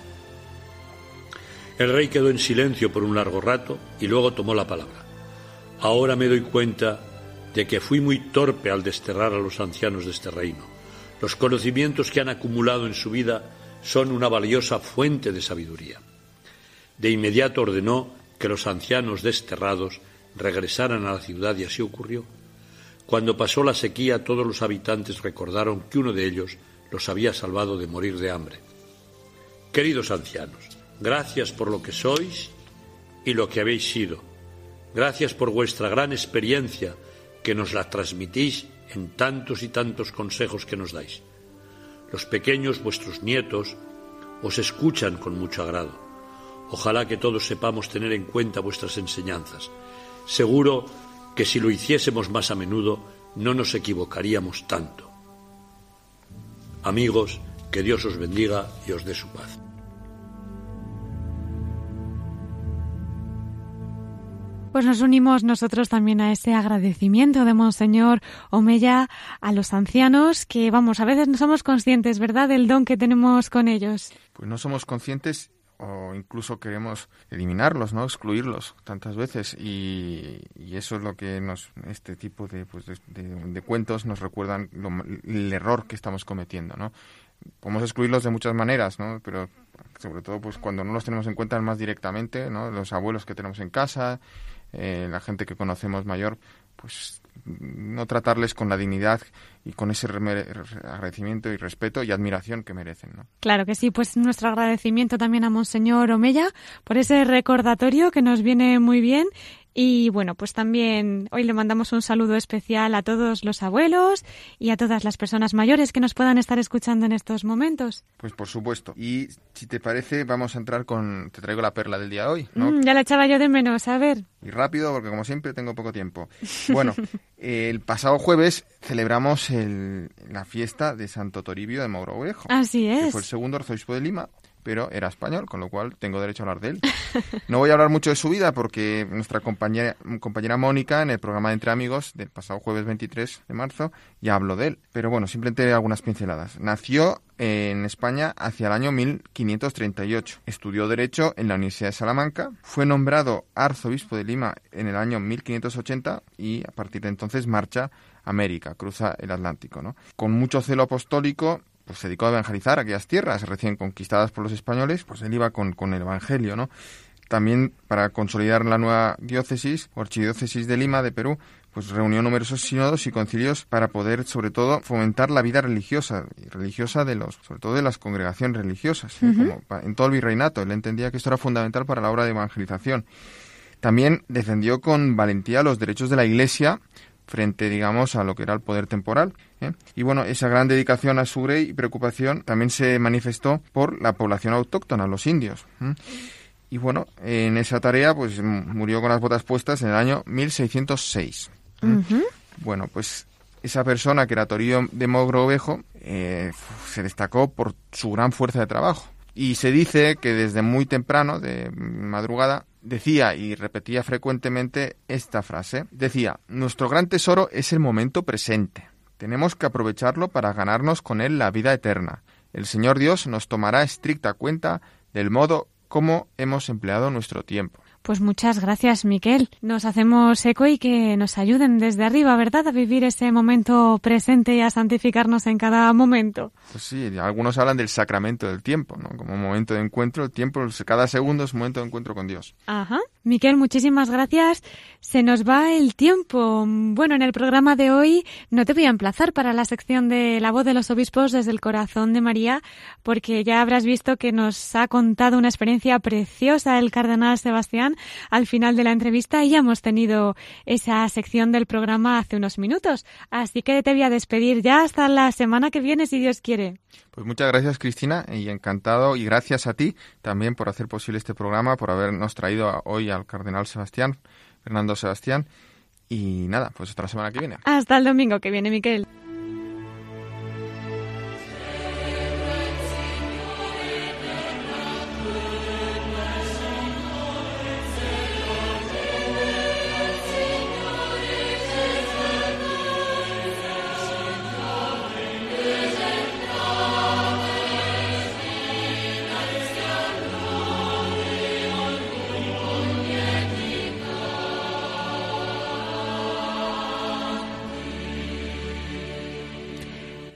El rey quedó en silencio por un largo rato y luego tomó la palabra. Ahora me doy cuenta de que fui muy torpe al desterrar a los ancianos de este reino. Los conocimientos que han acumulado en su vida son una valiosa fuente de sabiduría. De inmediato ordenó que los ancianos desterrados regresaran a la ciudad y así ocurrió. Cuando pasó la sequía, todos los habitantes recordaron que uno de ellos los había salvado de morir de hambre. Queridos ancianos, gracias por lo que sois y lo que habéis sido. Gracias por vuestra gran experiencia, que nos la transmitís en tantos y tantos consejos que nos dais. Los pequeños, vuestros nietos, os escuchan con mucho agrado. Ojalá que todos sepamos tener en cuenta vuestras enseñanzas. Seguro que si lo hiciésemos más a menudo, no nos equivocaríamos tanto. Amigos, que Dios os bendiga y os dé su paz. Pues nos unimos nosotros también a ese agradecimiento de Monseñor Omeya a los ancianos, que vamos, a veces no somos conscientes, ¿verdad?, del don que tenemos con ellos. Pues no somos conscientes o incluso queremos eliminarlos, ¿no?, excluirlos tantas veces, y, y eso es lo que nos este tipo de, pues de, de, de cuentos nos recuerdan lo, el error que estamos cometiendo, ¿no? Podemos excluirlos de muchas maneras, ¿no?, pero sobre todo pues cuando no los tenemos en cuenta más directamente, ¿no?, los abuelos que tenemos en casa, eh, la gente que conocemos mayor, pues no tratarles con la dignidad y con ese agradecimiento y respeto y admiración que merecen, ¿no? Claro que sí, pues nuestro agradecimiento también a Monseñor Omeya por ese recordatorio que nos viene muy bien. Y bueno, pues también hoy le mandamos un saludo especial a todos los abuelos y a todas las personas mayores que nos puedan estar escuchando en estos momentos. Pues por supuesto. Y si te parece, vamos a entrar con... Te traigo la perla del día de hoy, ¿no? Mm, ya la echaba yo de menos, a ver. Y rápido, porque como siempre tengo poco tiempo. Bueno, el pasado jueves celebramos el, la fiesta de Santo Toribio de Mogrovejo. Así es. Que fue el segundo arzobispo de Lima, pero era español, con lo cual tengo derecho a hablar de él. No voy a hablar mucho de su vida porque nuestra compañera, compañera Mónica, en el programa de Entre Amigos del pasado jueves veintitrés de marzo, ya habló de él. Pero bueno, simplemente algunas pinceladas. Nació en España hacia el año mil quinientos treinta y ocho. Estudió Derecho en la Universidad de Salamanca. Fue nombrado arzobispo de Lima en el año mil quinientos ochenta y a partir de entonces marcha a América, cruza el Atlántico, ¿no? Con mucho celo apostólico, pues se dedicó a evangelizar aquellas tierras recién conquistadas por los españoles, pues él iba con, con el evangelio, ¿no? También para consolidar la nueva diócesis, o archidiócesis de Lima, de Perú, pues reunió numerosos sínodos y concilios para poder, sobre todo, fomentar la vida religiosa, religiosa de los, sobre todo de las congregaciones religiosas, ¿eh? Uh-huh. Como en todo el virreinato. Él entendía que esto era fundamental para la obra de evangelización. También defendió con valentía los derechos de la Iglesia frente, digamos, a lo que era el poder temporal, ¿eh? Y bueno, esa gran dedicación a su rey y preocupación también se manifestó por la población autóctona, los indios, ¿eh? Y bueno, en esa tarea pues murió con las botas puestas en el año mil seiscientos seis. ¿eh? Uh-huh. Bueno, pues esa persona que era Toribio de Mogrovejo eh, se destacó por su gran fuerza de trabajo. Y se dice que desde muy temprano, de madrugada, decía y repetía frecuentemente esta frase. Decía: nuestro gran tesoro es el momento presente. Tenemos que aprovecharlo para ganarnos con él la vida eterna. El Señor Dios nos tomará estricta cuenta del modo como hemos empleado nuestro tiempo. Pues muchas gracias, Miquel. Nos hacemos eco y que nos ayuden desde arriba, ¿verdad?, a vivir ese momento presente y a santificarnos en cada momento. Pues sí, algunos hablan del sacramento del tiempo, ¿no? Como un momento de encuentro, el tiempo, cada segundo es un momento de encuentro con Dios. Ajá. Miquel, muchísimas gracias. Se nos va el tiempo. Bueno, en el programa de hoy no te voy a emplazar para la sección de La voz de los obispos desde el corazón de María, porque ya habrás visto que nos ha contado una experiencia preciosa el cardenal Sebastián al final de la entrevista y ya hemos tenido esa sección del programa hace unos minutos. Así que te voy a despedir ya hasta la semana que viene, si Dios quiere. Pues muchas gracias, Cristina, y encantado, y gracias a ti también por hacer posible este programa, por habernos traído hoy al cardenal Sebastián, Fernando Sebastián, y nada, pues hasta la semana que viene. Hasta el domingo que viene, Miquel.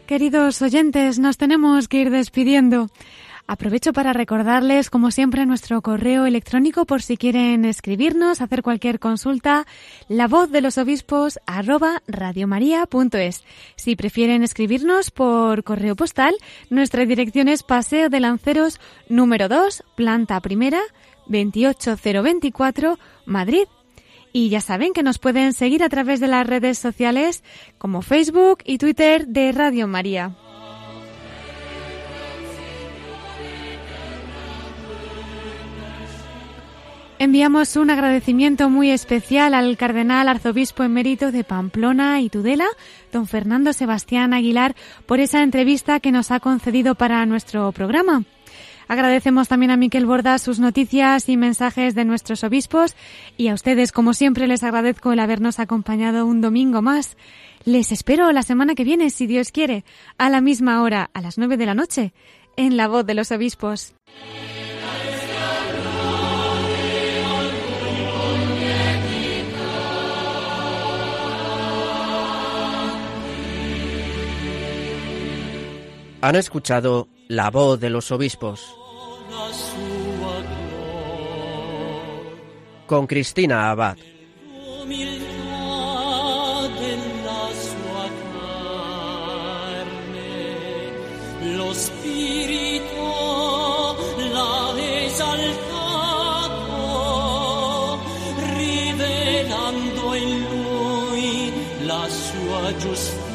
Queridos oyentes, nos tenemos que ir despidiendo. Aprovecho para recordarles, como siempre, nuestro correo electrónico por si quieren escribirnos, hacer cualquier consulta, la voz de los obispos arroba radiomaria.es. Si prefieren escribirnos por correo postal, nuestra dirección es Paseo de Lanceros número dos, planta primera, veintiocho mil veinticuatro, Madrid. Y ya saben que nos pueden seguir a través de las redes sociales como Facebook y Twitter de Radio María. Enviamos un agradecimiento muy especial al cardenal arzobispo emérito de Pamplona y Tudela, don Fernando Sebastián Aguilar, por esa entrevista que nos ha concedido para nuestro programa. Agradecemos también a Miquel Borda sus noticias y mensajes de nuestros obispos, y a ustedes, como siempre, les agradezco el habernos acompañado un domingo más. Les espero la semana que viene, si Dios quiere, a la misma hora, a las nueve de la noche, en La Voz de los Obispos. Han escuchado La Voz de los Obispos con Cristina Abad. Lo Spirito l'ha esaltato, rivelando in lui la sua giustizia.